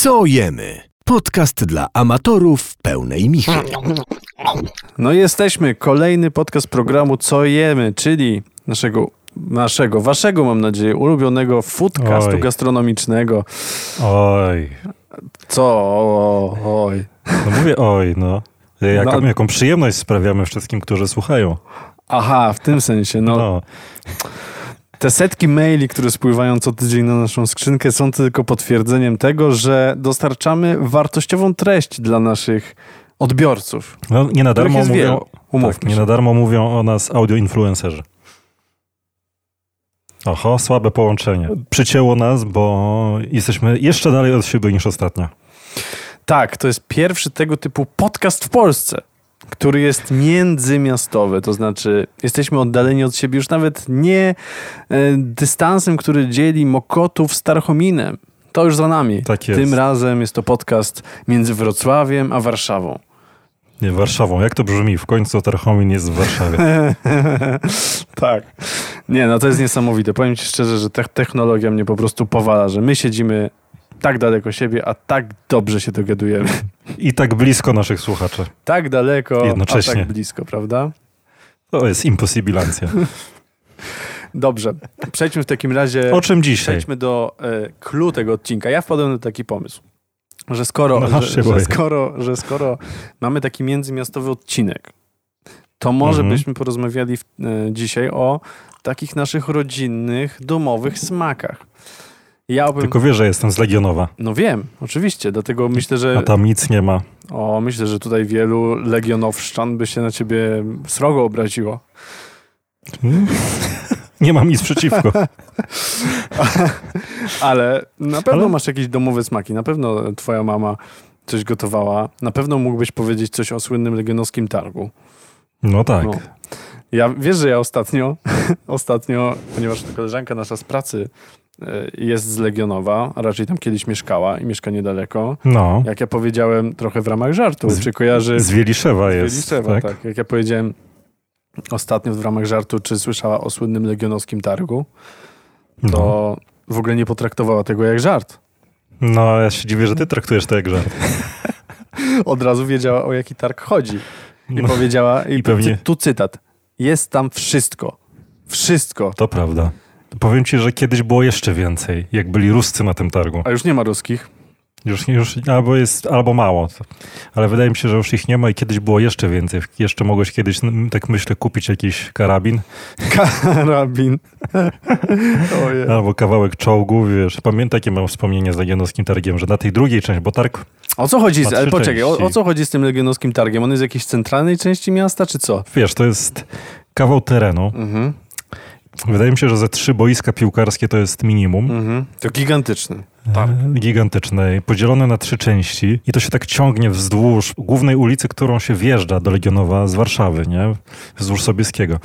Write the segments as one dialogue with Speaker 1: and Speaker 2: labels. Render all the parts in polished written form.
Speaker 1: Co jemy? Podcast dla amatorów pełnej michy.
Speaker 2: No i jesteśmy. Kolejny podcast programu Co jemy, czyli waszego, mam nadzieję, ulubionego foodcastu gastronomicznego.
Speaker 3: Oj.
Speaker 2: Co? Oj.
Speaker 3: No mówię oj, no. Jaką przyjemność sprawiamy wszystkim, którzy słuchają.
Speaker 2: Aha, w tym sensie, no. Te setki maili, które spływają co tydzień na naszą skrzynkę, są tylko potwierdzeniem tego, że dostarczamy wartościową treść dla naszych odbiorców.
Speaker 3: No, nie na darmo mówią o nas audioinfluencerzy. Oho, słabe połączenie. Przycięło nas, bo jesteśmy jeszcze dalej od siebie niż ostatnio.
Speaker 2: Tak, to jest pierwszy tego typu podcast w Polsce, który jest międzymiastowy, to znaczy jesteśmy oddaleni od siebie już nawet nie dystansem, który dzieli Mokotów z Starchominem. To już za nami.
Speaker 3: Tak jest.
Speaker 2: Tym razem jest to podcast między Wrocławiem a Warszawą.
Speaker 3: Nie, Warszawą. Jak to brzmi? W końcu Starchomin jest w Warszawie.
Speaker 2: Tak. Nie, no to jest niesamowite. Powiem ci szczerze, że technologia mnie po prostu powala, że my siedzimy tak daleko siebie, a tak dobrze się dogadujemy.
Speaker 3: I tak blisko naszych słuchaczy.
Speaker 2: Tak daleko,
Speaker 3: jednocześnie.
Speaker 2: a tak blisko, prawda?
Speaker 3: To jest imposybilancja.
Speaker 2: Dobrze. Przejdźmy w takim razie...
Speaker 3: O czym dzisiaj?
Speaker 2: Przejdźmy do clou tego odcinka. Ja wpadłem na taki pomysł, że skoro mamy taki międzymiastowy odcinek, to może byśmy porozmawiali dzisiaj o takich naszych rodzinnych, domowych smakach.
Speaker 3: Tylko wiesz, że jestem z Legionowa.
Speaker 2: No wiem, oczywiście, dlatego myślę, że...
Speaker 3: A tam nic nie ma.
Speaker 2: Myślę, że tutaj wielu legionowszczan by się na ciebie srogo obraziło.
Speaker 3: Nie mam nic przeciwko.
Speaker 2: Ale na pewno masz jakieś domowe smaki. Na pewno twoja mama coś gotowała. Na pewno mógłbyś powiedzieć coś o słynnym legionowskim targu.
Speaker 3: No tak.
Speaker 2: No. Wiesz, że ja ostatnio, ponieważ koleżanka nasza z pracy jest z Legionowa, a raczej tam kiedyś mieszkała i mieszka niedaleko.
Speaker 3: No.
Speaker 2: Jak ja powiedziałem trochę w ramach żartu, czy kojarzy...
Speaker 3: Z Wieliszewa jest.
Speaker 2: Z Wieliszewa, tak. Jak ja powiedziałem ostatnio w ramach żartu, czy słyszała o słynnym legionowskim targu, to w ogóle nie potraktowała tego jak żart.
Speaker 3: No, ja się dziwię, że ty traktujesz to jak żart.
Speaker 2: Od razu wiedziała, o jaki targ chodzi. I powiedziała, i pewnie... tu cytat, jest tam wszystko. Wszystko.
Speaker 3: To prawda. Powiem ci, że kiedyś było jeszcze więcej, jak byli Ruscy na tym targu.
Speaker 2: A już nie ma ruskich?
Speaker 3: Już albo mało. Ale wydaje mi się, że już ich nie ma i kiedyś było jeszcze więcej. Jeszcze mogłeś kiedyś, tak myślę, kupić jakiś karabin.
Speaker 2: Karabin.
Speaker 3: Albo kawałek czołgu, wiesz. Pamiętam, jakie mam wspomnienia z Legionowskim Targiem, że na tej drugiej części, bo targ...
Speaker 2: O co chodzi? Poczekaj, o co chodzi z tym Legionowskim Targiem? On jest w jakiejś centralnej części miasta, czy co?
Speaker 3: Wiesz, to jest kawał terenu. Wydaje mi się, że ze 3 boiska piłkarskie to jest minimum.
Speaker 2: To gigantyczny.
Speaker 3: Gigantyczny, podzielone na 3 części i to się tak ciągnie wzdłuż głównej ulicy, którą się wjeżdża do Legionowa z Warszawy, nie? Wzdłuż Sobieskiego.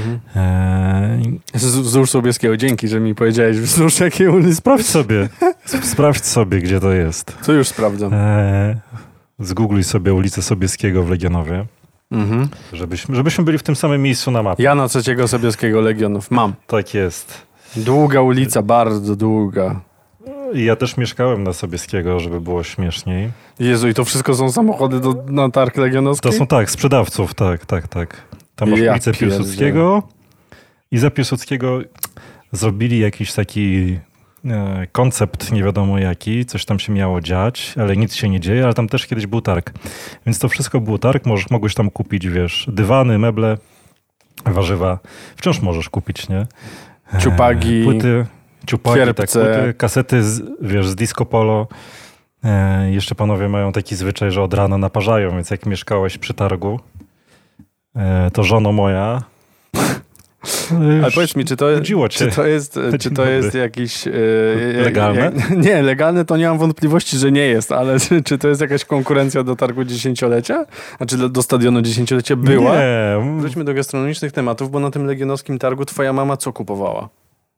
Speaker 2: Wzdłuż Sobieskiego, dzięki, że mi powiedziałeś wzdłuż jakiej ulicy.
Speaker 3: Sprawdź sobie, gdzie to jest.
Speaker 2: To już sprawdzam.
Speaker 3: Zgoogluj sobie ulicę Sobieskiego w Legionowie. Żebyśmy byli w tym samym miejscu na mapie.
Speaker 2: Jana III Sobieskiego, Legionów. Mam.
Speaker 3: Tak jest.
Speaker 2: Długa ulica, bardzo długa.
Speaker 3: Ja też mieszkałem na Sobieskiego, żeby było śmieszniej.
Speaker 2: Jezu, i to wszystko są samochody na targ legionowski?
Speaker 3: To są sprzedawców, tak. Tam masz ulicę Piłsudskiego i za Piłsudskiego zrobili jakiś taki koncept nie wiadomo jaki, coś tam się miało dziać, ale nic się nie dzieje, ale tam też kiedyś był targ. Więc to wszystko był targ, mogłeś tam kupić, wiesz, dywany, meble, warzywa. Wciąż możesz kupić, nie?
Speaker 2: Ciupagi,
Speaker 3: płyty,
Speaker 2: kierpce.
Speaker 3: płyty, kasety, z disco polo. Jeszcze panowie mają taki zwyczaj, że od rana naparzają, więc jak mieszkałeś przy targu, to żono moja...
Speaker 2: Ale powiedz mi, czy to jest jakiś...
Speaker 3: legalne?
Speaker 2: Nie, legalne to nie mam wątpliwości, że nie jest, ale czy to jest jakaś konkurencja do targu 10-lecia? Znaczy do stadionu 10-lecia była?
Speaker 3: Nie.
Speaker 2: Wróćmy do gastronomicznych tematów, bo na tym legionowskim targu twoja mama co kupowała?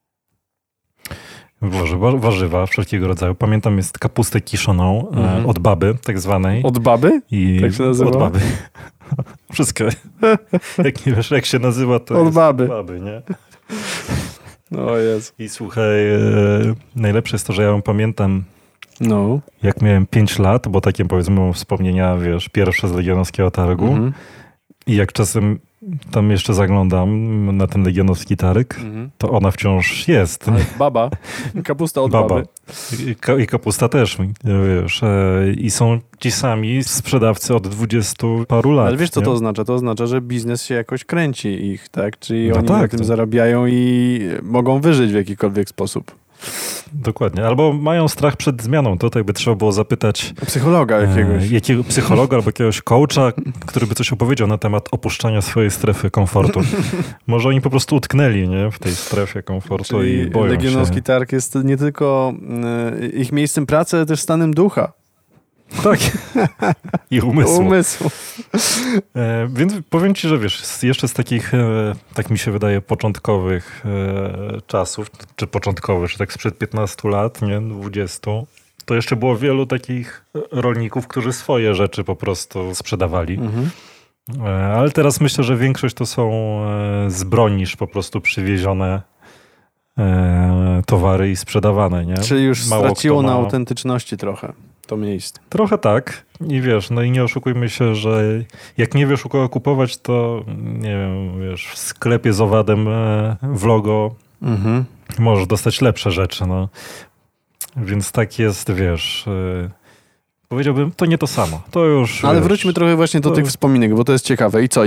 Speaker 3: Warzywa wszelkiego rodzaju. Pamiętam, jest kapustę kiszoną od baby, tak zwanej.
Speaker 2: Od baby?
Speaker 3: Tak się nazywa? Od baby. Wszystko. Jak nie wiesz, jak się nazywa, to
Speaker 2: od
Speaker 3: jest
Speaker 2: baby.
Speaker 3: Nie?
Speaker 2: O Jezu.
Speaker 3: I słuchaj, najlepsze jest to, że ja ją pamiętam
Speaker 2: No.
Speaker 3: Jak miałem 5 lat, bo takie powiedzmy mam wspomnienia, wiesz, pierwsze z Legionowskiego Targu i jak czasem tam jeszcze zaglądam na ten Legionowski Targ, to ona wciąż jest.
Speaker 2: Ale baba, kapusta od baby.
Speaker 3: I kapusta też, wiesz. I są ci sami sprzedawcy od 20 paru lat.
Speaker 2: Ale wiesz, co
Speaker 3: nie?
Speaker 2: to oznacza? To oznacza, że biznes się jakoś kręci ich, tak? Czyli
Speaker 3: No
Speaker 2: oni
Speaker 3: tak,
Speaker 2: na tym
Speaker 3: to...
Speaker 2: zarabiają i mogą wyżyć w jakikolwiek sposób.
Speaker 3: Dokładnie. Albo mają strach przed zmianą. To tak by trzeba było zapytać
Speaker 2: Psychologa jakiegoś.
Speaker 3: Jakiego psychologa albo jakiegoś coacha, który by coś opowiedział na temat opuszczania swojej strefy komfortu. Może oni po prostu utknęli, nie? W tej strefie komfortu.
Speaker 2: Czyli
Speaker 3: i boją
Speaker 2: Legionowski
Speaker 3: się.
Speaker 2: Targ jest nie tylko ich miejscem pracy, ale też stanem ducha.
Speaker 3: Tak. I umysłu. Więc powiem ci, że wiesz, jeszcze z takich, tak mi się wydaje, początkowych czasów, czy początkowych, czy tak sprzed 15 lat, nie, 20, to jeszcze było wielu takich rolników, którzy swoje rzeczy po prostu sprzedawali. Ale teraz myślę, że większość to są z bronisz po prostu przywiezione towary i sprzedawane, nie?
Speaker 2: Czyli już
Speaker 3: Mało
Speaker 2: straciło
Speaker 3: kto
Speaker 2: na
Speaker 3: ma...
Speaker 2: autentyczności trochę to miejsce.
Speaker 3: Trochę tak. I wiesz, no i nie oszukujmy się, że jak nie wiesz u kogo kupować, to nie wiem, wiesz, w sklepie z owadem w logo możesz dostać lepsze rzeczy, no. Więc tak jest, wiesz... Powiedziałbym, to nie to samo. To już...
Speaker 2: Ale
Speaker 3: wiesz,
Speaker 2: wróćmy trochę właśnie do tych wspominek, bo to jest ciekawe. I co?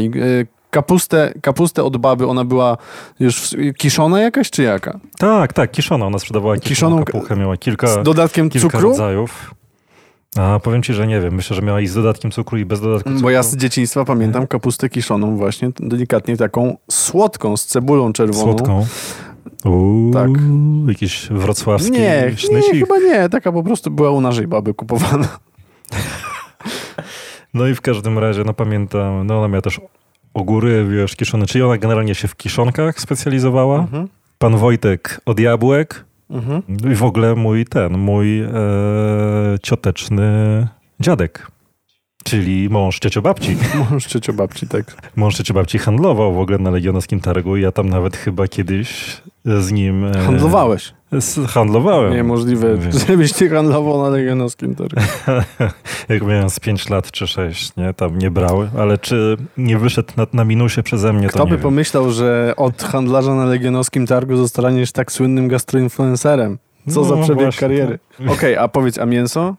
Speaker 2: Kapustę od baby, ona była już kiszona jakaś, czy jaka?
Speaker 3: Tak, kiszona. Ona sprzedawała kiszoną kapuchę, miała kilka
Speaker 2: z dodatkiem cukru?
Speaker 3: rodzajów. A powiem ci, że nie wiem. Myślę, że miała i z dodatkiem cukru, i bez dodatku cukru.
Speaker 2: Bo ja z dzieciństwa pamiętam kapustę kiszoną właśnie, delikatnie taką słodką, z cebulą czerwoną.
Speaker 3: Słodką.
Speaker 2: Tak.
Speaker 3: Jakiś wrocławski
Speaker 2: Nie,
Speaker 3: sznycik.
Speaker 2: chyba nie. Taka po prostu była u naszej baby kupowana.
Speaker 3: No i w każdym razie, no pamiętam, no ona miała też ogóry, wiesz, kiszone. Czyli ona generalnie się w kiszonkach specjalizowała. Pan Wojtek od jabłek. I w ogóle mój cioteczny dziadek. Czyli mąż ciociobabci.
Speaker 2: Mąż ciociobabci, tak.
Speaker 3: Mąż ciociobabci handlował w ogóle na Legionowskim Targu i ja tam nawet chyba kiedyś z nim...
Speaker 2: Handlowałeś?
Speaker 3: Handlowałem.
Speaker 2: Niemożliwe, żebyś ty handlował na Legionowskim Targu.
Speaker 3: Jak miałem z 5 lat czy 6, nie? Tam nie brały, ale czy nie wyszedł na minusie przeze mnie,
Speaker 2: Kto
Speaker 3: to nie
Speaker 2: by
Speaker 3: wiem.
Speaker 2: pomyślał, że od handlarza na Legionowskim Targu zostaniesz tak słynnym gastroinfluencerem? Co za przebieg
Speaker 3: właśnie,
Speaker 2: kariery.
Speaker 3: tak.
Speaker 2: Okej, a powiedz, a mięso?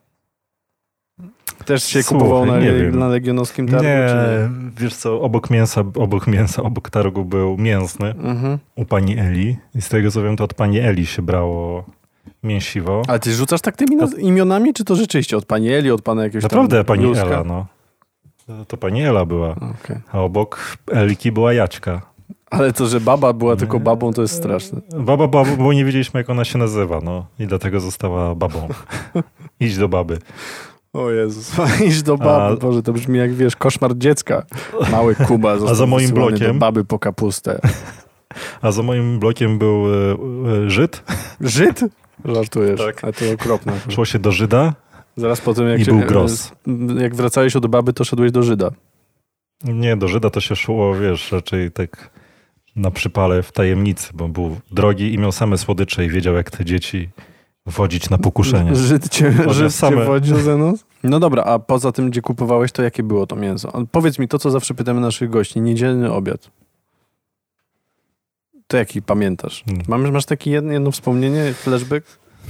Speaker 2: Też się
Speaker 3: Słuchaj,
Speaker 2: kupowało
Speaker 3: nie wiem.
Speaker 2: na Legionowskim Targu?
Speaker 3: Nie,
Speaker 2: Czy nie?
Speaker 3: wiesz co, obok targu był mięsny u pani Eli i z tego co wiem, to od pani Eli się brało mięsiwo.
Speaker 2: Ale ty rzucasz tak tymi imionami, czy to rzeczywiście od pani Eli, od pana jakiegoś
Speaker 3: Naprawdę
Speaker 2: tam
Speaker 3: pani
Speaker 2: Józka?
Speaker 3: Ela, no. To pani Ela była.
Speaker 2: Okay.
Speaker 3: A obok Elki była Jaćka.
Speaker 2: Ale to, że baba była tylko babą, to jest straszne.
Speaker 3: Baba, bo nie wiedzieliśmy, jak ona się nazywa, no. I dlatego została babą. Idź do baby.
Speaker 2: O Jezus, idź do baby. Boże, to brzmi jak, wiesz, koszmar dziecka. Mały Kuba został
Speaker 3: za moim
Speaker 2: wysyłany
Speaker 3: blokiem?
Speaker 2: do baby po kapustę.
Speaker 3: A za moim blokiem był Żyd.
Speaker 2: Żyd? Żartujesz.
Speaker 3: Tak.
Speaker 2: A to okropne.
Speaker 3: Szło się do Żyda.
Speaker 2: Zaraz po tym, jak,
Speaker 3: I był gros.
Speaker 2: Jak wracałeś od baby, to szedłeś do Żyda.
Speaker 3: Nie, do Żyda to się szło, wiesz, raczej tak na przypale w tajemnicy, bo był drogi i miał same słodycze i wiedział, jak te dzieci wodzić na pokuszenie.
Speaker 2: Żyd cię
Speaker 3: same...
Speaker 2: wodził za nos? No dobra, a poza tym, gdzie kupowałeś, to jakie było to mięso? Powiedz mi to, co zawsze pytamy naszych gości. Niedzielny obiad. To jaki pamiętasz? Masz takie jedno wspomnienie, flashback?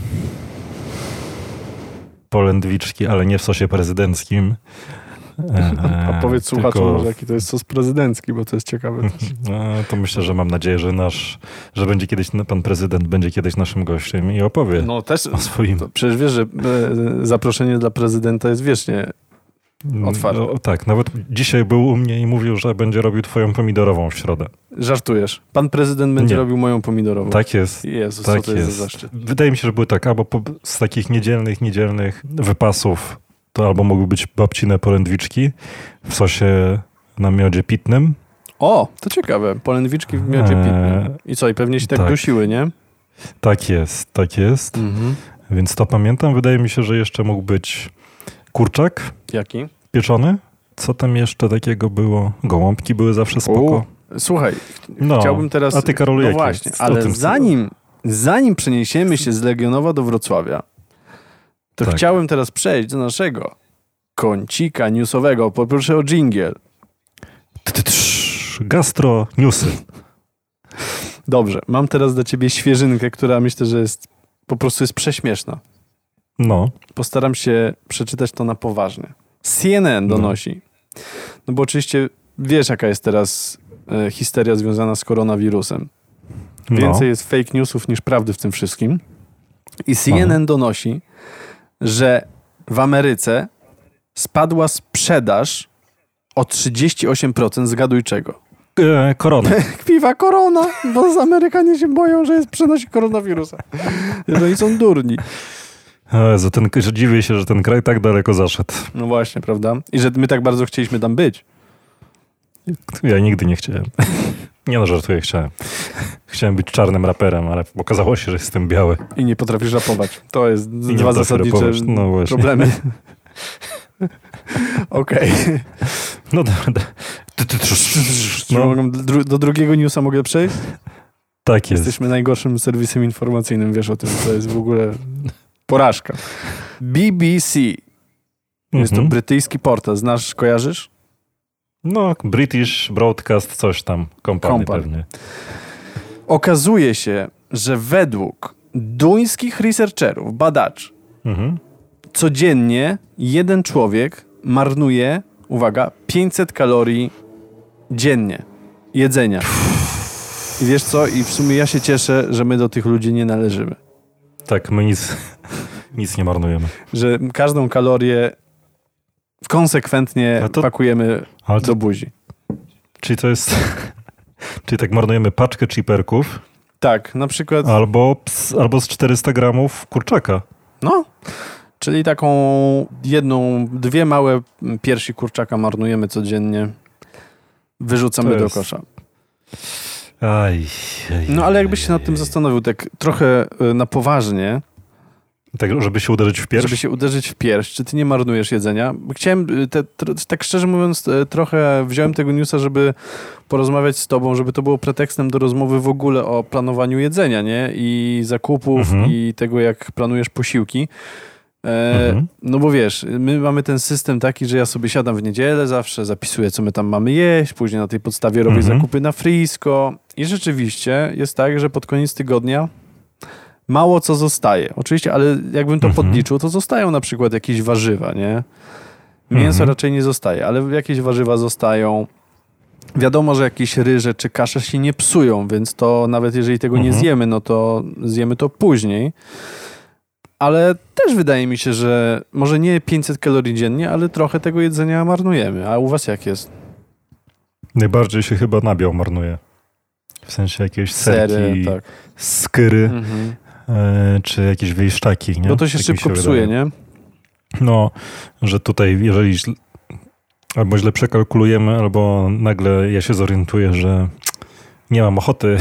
Speaker 3: Polędwiczki, ale nie w sosie prezydenckim.
Speaker 2: A powiedz słuchaczom
Speaker 3: tylko...
Speaker 2: może, jaki to jest sos prezydencki, bo to jest ciekawe też.
Speaker 3: To myślę, że mam nadzieję, że będzie kiedyś, pan prezydent będzie kiedyś naszym gościem i opowie o swoim...
Speaker 2: Przecież wiesz, że zaproszenie dla prezydenta jest wiecznie otwarte.
Speaker 3: No, tak, nawet dzisiaj był u mnie i mówił, że będzie robił twoją pomidorową w środę.
Speaker 2: Żartujesz. Pan prezydent będzie robił moją pomidorową.
Speaker 3: Tak jest.
Speaker 2: Jezus,
Speaker 3: tak
Speaker 2: co to jest za zaszczyt.
Speaker 3: Wydaje mi się, że były tak, albo z takich niedzielnych wypasów to albo mogły być babcine polędwiczki w sosie na miodzie pitnym.
Speaker 2: O, to ciekawe. Polędwiczki w miodzie pitnym. I co, i pewnie się tak dusiły, nie?
Speaker 3: Tak jest, tak jest. Więc to pamiętam. Wydaje mi się, że jeszcze mógł być kurczak.
Speaker 2: Jaki?
Speaker 3: Pieczony. Co tam jeszcze takiego było? Gołąbki były zawsze spoko.
Speaker 2: Słuchaj, chciałbym teraz...
Speaker 3: A ty, Karolu, jaki?
Speaker 2: Właśnie, ale zanim przeniesiemy się z Legionowa do Wrocławia, To chciałem teraz przejść do naszego kącika newsowego. Poproszę o dżingiel.
Speaker 3: Gastro newsy.
Speaker 2: Dobrze, mam teraz dla ciebie świeżynkę, która myślę, że po prostu jest prześmieszna.
Speaker 3: No. Postaram
Speaker 2: się przeczytać to na poważnie. CNN donosi. No bo oczywiście wiesz, jaka jest teraz histeria związana z koronawirusem. Więcej jest fake newsów niż prawdy w tym wszystkim. I CNN donosi, że w Ameryce spadła sprzedaż o 38%. Zgaduj czego?
Speaker 3: Korona.
Speaker 2: Kwiwa korona, bo Amerykanie się boją, że przenosi koronawirusa. No i są durni.
Speaker 3: Jezu, dziwię się, że ten kraj tak daleko zaszedł.
Speaker 2: No właśnie, prawda? I że my tak bardzo chcieliśmy tam być.
Speaker 3: Ja nigdy nie chciałem. Nie no, żartuję, chciałem. Chciałem być czarnym raperem, ale okazało się, że jestem biały.
Speaker 2: I nie potrafisz rapować. To jest dwa zasadnicze problemy. Okej.
Speaker 3: No
Speaker 2: do drugiego newsa mogę przejść?
Speaker 3: Tak jest.
Speaker 2: Jesteśmy najgorszym serwisem informacyjnym, wiesz o tym, to jest w ogóle porażka. BBC. Jest to brytyjski portal. Znasz, kojarzysz?
Speaker 3: No, British Broadcast coś tam. Company pewnie.
Speaker 2: Okazuje się, że według duńskich researcherów, badaczy, codziennie jeden człowiek marnuje, uwaga, 500 kalorii dziennie jedzenia. I wiesz co? I w sumie ja się cieszę, że my do tych ludzi nie należymy.
Speaker 3: Tak, my nic nie marnujemy.
Speaker 2: Że każdą kalorię konsekwentnie pakujemy do buzi.
Speaker 3: Czyli to jest... Czyli tak marnujemy paczkę chiperków.
Speaker 2: Tak, na przykład...
Speaker 3: Albo z 400 gramów kurczaka.
Speaker 2: No, czyli taką dwie małe piersi kurczaka marnujemy codziennie. Wyrzucamy do kosza. No ale jakbyś się nad tym zastanowił tak trochę na poważnie.
Speaker 3: Tak, żeby się uderzyć w pierś?
Speaker 2: Żeby się uderzyć w pierś. Czy ty nie marnujesz jedzenia? Chciałem, tak szczerze mówiąc, trochę wziąłem tego newsa, żeby porozmawiać z tobą, żeby to było pretekstem do rozmowy w ogóle o planowaniu jedzenia, nie? I zakupów i tego, jak planujesz posiłki. No bo wiesz, my mamy ten system taki, że ja sobie siadam w niedzielę zawsze, zapisuję, co my tam mamy jeść, później na tej podstawie robię zakupy na Frisco i rzeczywiście jest tak, że pod koniec tygodnia mało co zostaje. Oczywiście, ale jakbym to podliczył, to zostają na przykład jakieś warzywa, nie? Mięso raczej nie zostaje, ale jakieś warzywa zostają. Wiadomo, że jakieś ryże czy kasze się nie psują, więc to nawet jeżeli tego nie zjemy, no to zjemy to później. Ale też wydaje mi się, że może nie 500 kalorii dziennie, ale trochę tego jedzenia marnujemy. A u was jak jest?
Speaker 3: Najbardziej się chyba nabiał marnuje. W sensie jakieś serki,
Speaker 2: tak.
Speaker 3: skyry, czy jakieś wiejszczaki. Nie?
Speaker 2: No to się szybko psuje, nie?
Speaker 3: No, że tutaj jeżeli albo źle przekalkulujemy, albo nagle ja się zorientuję, że nie mam ochoty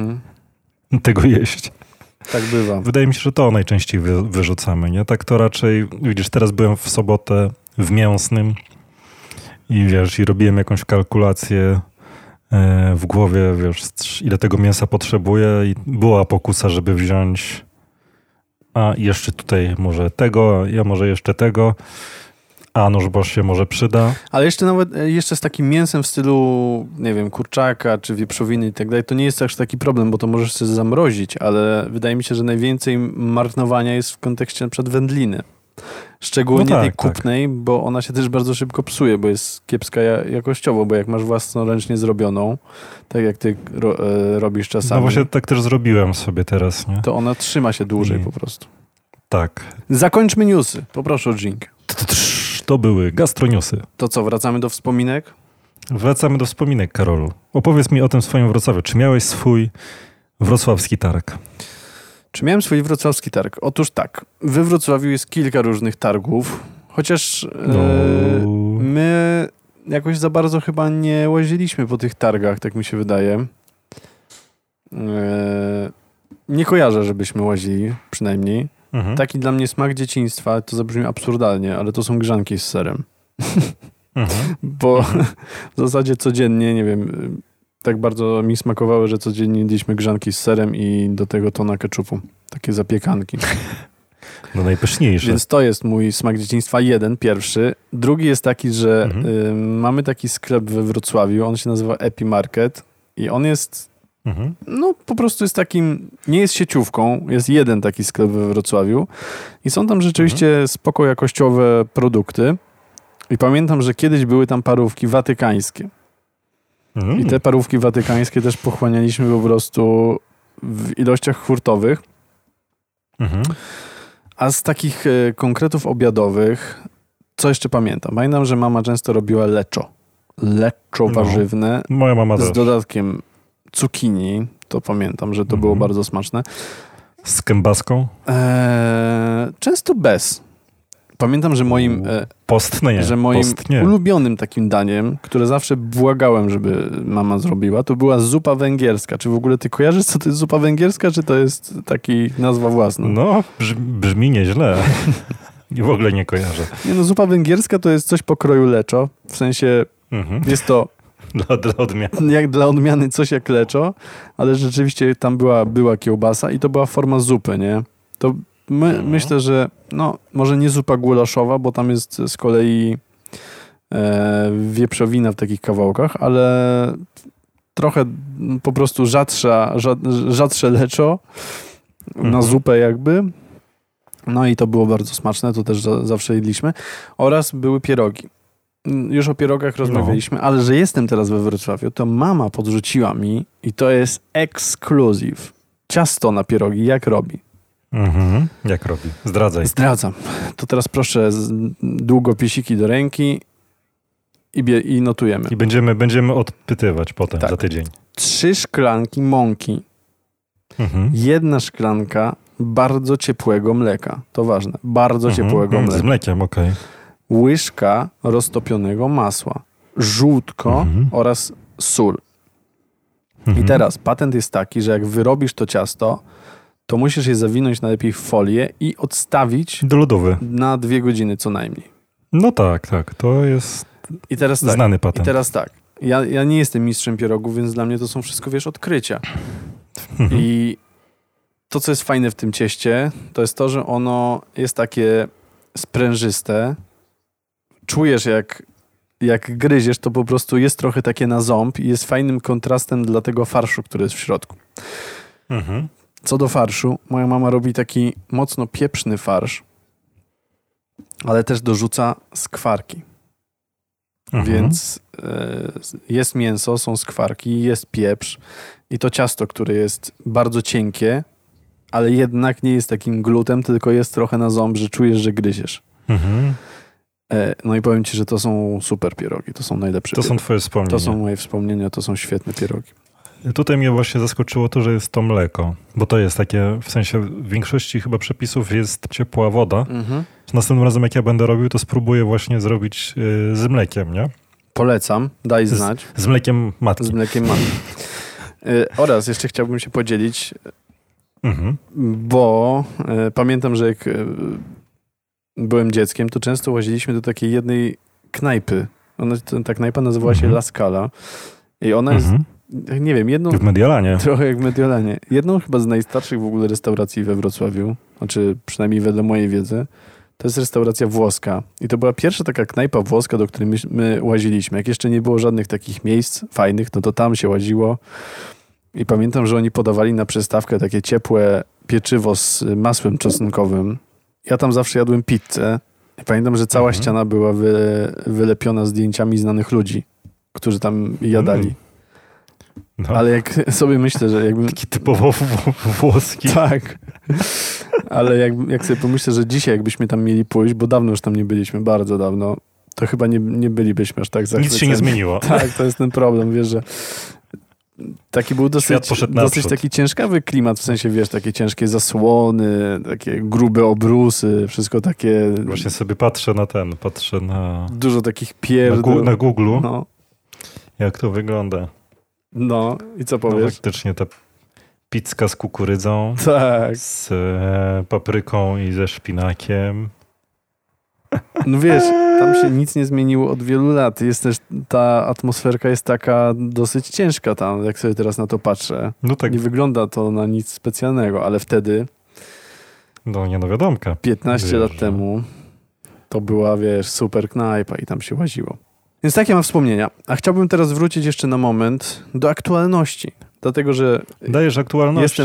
Speaker 3: tego jeść.
Speaker 2: Tak bywa.
Speaker 3: Wydaje mi się, że to najczęściej wyrzucamy, nie? Tak to raczej, widzisz, teraz byłem w sobotę w Mięsnym i wiesz, i robiłem jakąś kalkulację w głowie, wiesz, ile tego mięsa potrzebuję i była pokusa, żeby wziąć jeszcze tutaj może tego, ja może jeszcze tego, noż bo się może przyda.
Speaker 2: Ale jeszcze z takim mięsem w stylu, nie wiem, kurczaka czy wieprzowiny i tak dalej, to nie jest aż taki problem, bo to możesz sobie zamrozić, ale wydaje mi się, że najwięcej marnowania jest w kontekście na przykład wędliny. Szczególnie tej kupnej, bo ona się też bardzo szybko psuje, bo jest kiepska jakościowo, bo jak masz własnoręcznie zrobioną, tak jak ty robisz czasami.
Speaker 3: No właśnie tak też zrobiłem sobie teraz, nie?
Speaker 2: To ona trzyma się dłużej po prostu.
Speaker 3: Tak.
Speaker 2: Zakończmy newsy. Poproszę o dżink.
Speaker 3: To były gastroniusy.
Speaker 2: To co, wracamy do wspominek?
Speaker 3: Wracamy do wspominek, Karolu. Opowiedz mi o tym swoim Wrocławiu. Czy miałeś swój wrocławski targ?
Speaker 2: Czy miałem swój wrocławski targ? Otóż tak. We Wrocławiu jest kilka różnych targów, chociaż my jakoś za bardzo chyba nie łaziliśmy po tych targach, tak mi się wydaje. Nie kojarzę, żebyśmy łazili, przynajmniej. Taki dla mnie smak dzieciństwa, to zabrzmi absurdalnie, ale to są grzanki z serem. Bo w zasadzie codziennie, nie wiem, tak bardzo mi smakowały, że codziennie jedliśmy grzanki z serem i do tego tona keczupu. Takie zapiekanki.
Speaker 3: No najpyszniejszy.
Speaker 2: Więc to jest mój smak dzieciństwa, pierwszy. Drugi jest taki, że mamy taki sklep we Wrocławiu, on się nazywa Epimarket i on jest, no po prostu jest takim, nie jest sieciówką, jest jeden taki sklep we Wrocławiu i są tam rzeczywiście spoko jakościowe produkty i pamiętam, że kiedyś były tam parówki watykańskie. I te parówki watykańskie też pochłanialiśmy po prostu w ilościach hurtowych. A z takich konkretów obiadowych, co jeszcze pamiętam? Pamiętam, że mama często robiła leczo. Leczo warzywne.
Speaker 3: Moja mama
Speaker 2: z
Speaker 3: też.
Speaker 2: dodatkiem cukinii. To pamiętam, że to było bardzo smaczne.
Speaker 3: Z kębaską?
Speaker 2: Często bez. Pamiętam, że moim ulubionym takim daniem, które zawsze błagałem, żeby mama zrobiła, to była zupa węgierska. Czy w ogóle ty kojarzysz, co to jest zupa węgierska, czy to jest taki nazwa własna?
Speaker 3: No, brzmi nieźle. I w ogóle nie kojarzę.
Speaker 2: Nie no, zupa węgierska to jest coś pokroju leczo. W sensie jest to
Speaker 3: dla odmiany.
Speaker 2: Jak dla odmiany coś jak leczo, ale rzeczywiście tam była kiełbasa i to była forma zupy, nie? To myślę, że no, może nie zupa gulaszowa, bo tam jest z kolei wieprzowina w takich kawałkach, ale trochę po prostu rzadsze leczo na zupę jakby. No i to było bardzo smaczne, to też zawsze jedliśmy. Oraz były pierogi. Już o pierogach rozmawialiśmy, ale że jestem teraz we Wrocławiu, to mama podrzuciła mi i to jest ekskluzyw. Ciasto na pierogi, jak robi?
Speaker 3: Jak robi? Zdradzaj.
Speaker 2: Zdradzam. To teraz proszę długopisiki do ręki i notujemy.
Speaker 3: I będziemy odpytywać potem za tydzień.
Speaker 2: 3 szklanki mąki. 1 szklanka bardzo ciepłego mleka. To ważne. Bardzo ciepłego mleka.
Speaker 3: Z mlekiem, okej.
Speaker 2: Łyżka roztopionego masła. Żółtko oraz sól. I teraz patent jest taki, że jak wyrobisz to ciasto, to musisz je zawinąć najlepiej w folię i odstawić
Speaker 3: do lodówy
Speaker 2: na 2 godziny co najmniej.
Speaker 3: No tak. To jest znany patent.
Speaker 2: I teraz tak. Ja nie jestem mistrzem pierogów, więc dla mnie to są wszystko, odkrycia. I to, co jest fajne w tym cieście, to jest to, że ono jest takie sprężyste. Czujesz, jak gryziesz, to po prostu jest trochę takie na ząb i jest fajnym kontrastem dla tego farszu, który jest w środku. Co do farszu, moja mama robi taki mocno pieprzny farsz, ale też dorzuca skwarki. Więc jest mięso, są skwarki, jest pieprz i to ciasto, które jest bardzo cienkie, ale jednak nie jest takim glutem, tylko jest trochę na ząb, że czujesz, że gryziesz. No i powiem ci, że to są super pierogi, to są najlepsze pierogi.
Speaker 3: To są twoje wspomnienia.
Speaker 2: To są moje wspomnienia, to są świetne pierogi.
Speaker 3: Tutaj mnie właśnie zaskoczyło to, że jest to mleko, bo to jest takie, w sensie w większości chyba przepisów jest ciepła woda. Następnym razem jak ja będę robił, to spróbuję właśnie zrobić z mlekiem, nie?
Speaker 2: Polecam, daj znać.
Speaker 3: Z mlekiem matki.
Speaker 2: Z mlekiem matki. Oraz jeszcze chciałbym się podzielić, bo pamiętam, że jak byłem dzieckiem, to często łaziliśmy do takiej jednej knajpy. Ta knajpa nazywała się La Scala i ona jest, nie wiem, jedną...
Speaker 3: W Mediolanie.
Speaker 2: Trochę jak w Mediolanie. Jedną chyba z najstarszych w ogóle restauracji we Wrocławiu, znaczy przynajmniej wedle mojej wiedzy. To jest restauracja włoska. I to była pierwsza taka knajpa włoska, do której my łaziliśmy. Jak jeszcze nie było żadnych takich miejsc fajnych, no to tam się łaziło. I pamiętam, że oni podawali na przystawkę takie ciepłe pieczywo z masłem czosnkowym. Ja tam zawsze jadłem pizzę. I pamiętam, że cała ściana była wylepiona zdjęciami znanych ludzi, którzy tam jadali. No. Ale jak sobie myślę, że jakbym...
Speaker 3: Taki typowo włoski.
Speaker 2: Tak. Ale jak sobie pomyślę, że dzisiaj jakbyśmy tam mieli pójść, bo dawno już tam nie byliśmy, bardzo dawno, to chyba nie bylibyśmy aż tak zachwyceni.
Speaker 3: Nic się nie zmieniło.
Speaker 2: Tak, to jest ten problem, wiesz, że taki był dosyć taki ciężkawy klimat, w sensie, wiesz, takie ciężkie zasłony, takie grube obrusy, wszystko takie...
Speaker 3: Właśnie sobie patrzę na...
Speaker 2: Dużo takich pierdół.
Speaker 3: Na Google'u.
Speaker 2: No.
Speaker 3: Jak to wygląda.
Speaker 2: No i co powiesz?
Speaker 3: No, faktycznie ta pizza z kukurydzą,
Speaker 2: tak.
Speaker 3: z papryką i ze szpinakiem.
Speaker 2: No wiesz, tam się nic nie zmieniło od wielu lat. Jest też, ta atmosferka jest taka dosyć ciężka tam, jak sobie teraz na to patrzę.
Speaker 3: No tak.
Speaker 2: Nie wygląda to na nic specjalnego, ale wtedy
Speaker 3: No nie, no wiadomka.
Speaker 2: 15 lat temu to była, super knajpa i tam się łaziło. Więc takie mam wspomnienia. A chciałbym teraz wrócić jeszcze na moment do aktualności. Dlatego, że
Speaker 3: dajesz aktualności,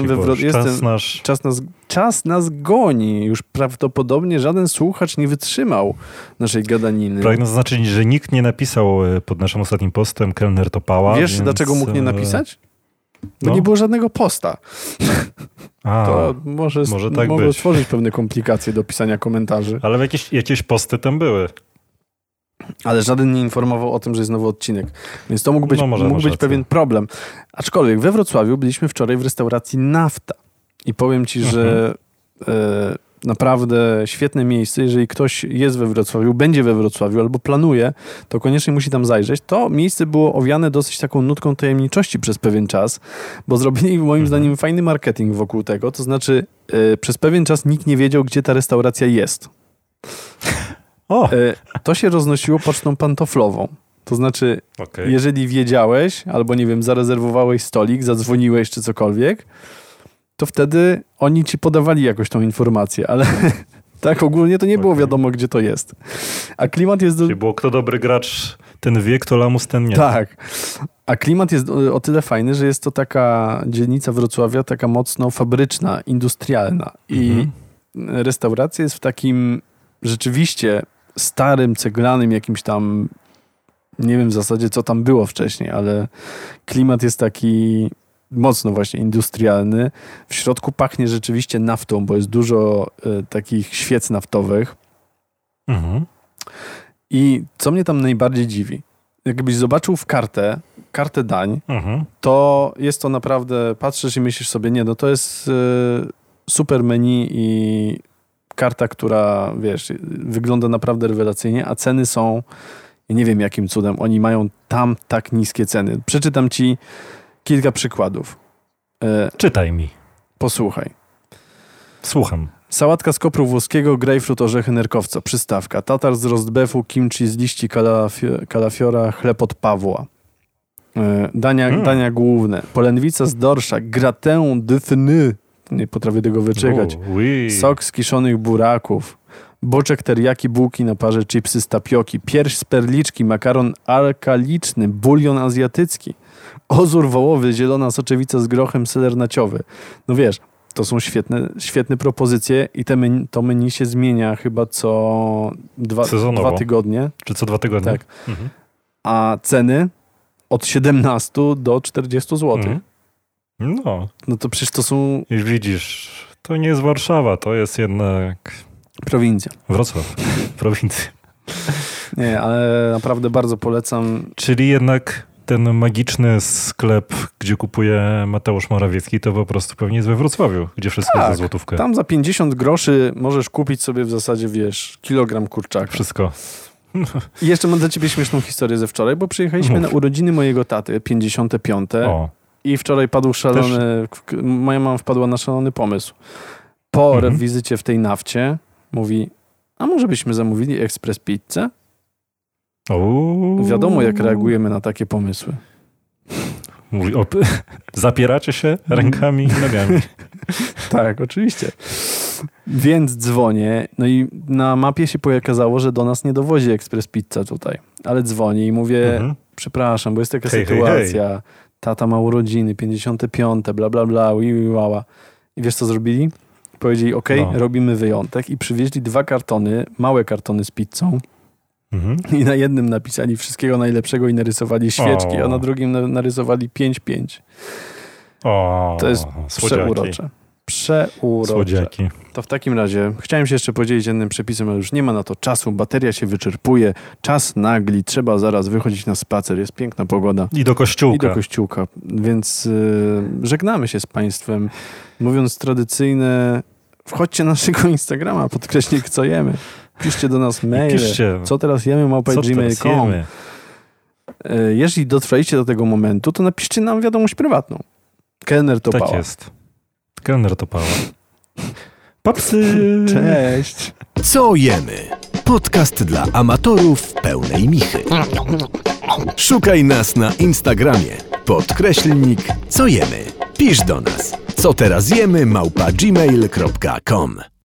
Speaker 2: czas nas goni. Już prawdopodobnie żaden słuchacz nie wytrzymał naszej gadaniny.
Speaker 3: Pragnę zaznaczyć, że nikt nie napisał pod naszym ostatnim postem kelner to pała.
Speaker 2: Wiesz, dlaczego mógł nie napisać? Bo nie było żadnego posta. To może tak mogło stworzyć pewne komplikacje do pisania komentarzy.
Speaker 3: Ale jakieś posty tam były.
Speaker 2: Ale żaden nie informował o tym, że jest nowy odcinek. Więc to mógł być pewien problem. Aczkolwiek we Wrocławiu byliśmy wczoraj w restauracji Nafta. I powiem ci, że naprawdę świetne miejsce. Jeżeli ktoś jest we Wrocławiu, będzie we Wrocławiu albo planuje, to koniecznie musi tam zajrzeć. To miejsce było owiane dosyć taką nutką tajemniczości przez pewien czas, bo zrobili moim zdaniem fajny marketing wokół tego. To znaczy przez pewien czas nikt nie wiedział, gdzie ta restauracja jest. To się roznosiło pocztą pantoflową. To znaczy, jeżeli wiedziałeś, albo nie wiem, zarezerwowałeś stolik, zadzwoniłeś czy cokolwiek, to wtedy oni ci podawali jakoś tą informację, ale tak ogólnie to nie było wiadomo, gdzie to jest. A klimat jest...
Speaker 3: Czyli było kto dobry gracz, ten wie, kto lamus, ten nie.
Speaker 2: Tak. A klimat jest o tyle fajny, że jest to taka dzielnica Wrocławia, taka mocno fabryczna, industrialna. I restauracja jest w takim rzeczywiście starym, ceglanym jakimś tam, nie wiem w zasadzie co tam było wcześniej, ale klimat jest taki mocno właśnie industrialny. W środku pachnie rzeczywiście naftą, bo jest dużo takich świec naftowych. I co mnie tam najbardziej dziwi, jakbyś zobaczył w kartę dań, to jest to naprawdę, patrzysz i myślisz sobie, nie, no to jest super menu i karta, która, wygląda naprawdę rewelacyjnie, a ceny są, ja nie wiem jakim cudem, oni mają tam tak niskie ceny. Przeczytam ci kilka przykładów.
Speaker 3: Czytaj mi.
Speaker 2: Posłuchaj.
Speaker 3: Słucham.
Speaker 2: Sałatka z kopru włoskiego, grejpfrut, orzechy, nerkowca, przystawka. Tatar z rostbefu, kimchi z liści kalafiora, chleb od Pawła. Dania główne. Polędwica z dorsza, gratin de fenouil. Nie potrafię tego wyczekać. Sok z kiszonych buraków. Boczek teriyaki, bułki na parze, chipsy z tapioki. Pierś z perliczki, makaron alkaliczny, bulion azjatycki. Ozór wołowy, zielona soczewica z grochem, seler naciowy. No wiesz, to są świetne propozycje i to menu się zmienia chyba co 2 tygodnie.
Speaker 3: Czy co 2 tygodnie?
Speaker 2: Tak. A ceny od 17 do 40 zł. No to przecież to są...
Speaker 3: Już widzisz, to nie jest Warszawa, to jest jednak...
Speaker 2: Prowincja.
Speaker 3: Wrocław. Prowincja.
Speaker 2: Nie, ale naprawdę bardzo polecam.
Speaker 3: Czyli jednak ten magiczny sklep, gdzie kupuje Mateusz Morawiecki, to po prostu pewnie jest we Wrocławiu, gdzie wszystko jest za złotówkę.
Speaker 2: Tam za 50 groszy możesz kupić sobie w zasadzie, kilogram kurczaka.
Speaker 3: Wszystko.
Speaker 2: I jeszcze mam dla ciebie śmieszną historię ze wczoraj, bo przyjechaliśmy na urodziny mojego taty, 55. I wczoraj padł moja mama wpadła na szalony pomysł. Po wizycie w tej Nafcie mówi, a może byśmy zamówili ekspres pizzę? Wiadomo, jak reagujemy na takie pomysły.
Speaker 3: Mówi, zapieracie się rękami i nogami.
Speaker 2: Tak, oczywiście. Więc dzwonię, no i na mapie się okazało, że do nas nie dowozi ekspres pizza tutaj. Ale dzwonię i mówię, przepraszam, bo jest taka sytuacja. Tata ma urodziny, 55, bla, bla, bla, łała. I wiesz, co zrobili? Powiedzieli, robimy wyjątek i przywieźli 2 kartony, małe kartony z pizzą i na jednym napisali wszystkiego najlepszego i narysowali świeczki, a na drugim narysowali 5-5. To jest przeurocze.
Speaker 3: Słodziaki.
Speaker 2: To w takim razie chciałem się jeszcze podzielić jednym przepisem, ale już nie ma na to czasu, bateria się wyczerpuje, czas nagli, trzeba zaraz wychodzić na spacer, jest piękna pogoda.
Speaker 3: I do kościółka.
Speaker 2: Więc żegnamy się z Państwem, mówiąc tradycyjne, wchodźcie na naszego Instagrama, / co jemy. Piszcie do nas maile, co teraz jemy, @gmail.com. Jeżeli dotrwaliście do tego momentu, to napiszcie nam wiadomość prywatną. Kelner to pała.
Speaker 3: Tak jest. Kelner to pała. Papsy!
Speaker 2: Cześć!
Speaker 1: Co jemy? Podcast dla amatorów pełnej michy. Szukaj nas na Instagramie. / co jemy. Pisz do nas. Co teraz jemy / gmail.com.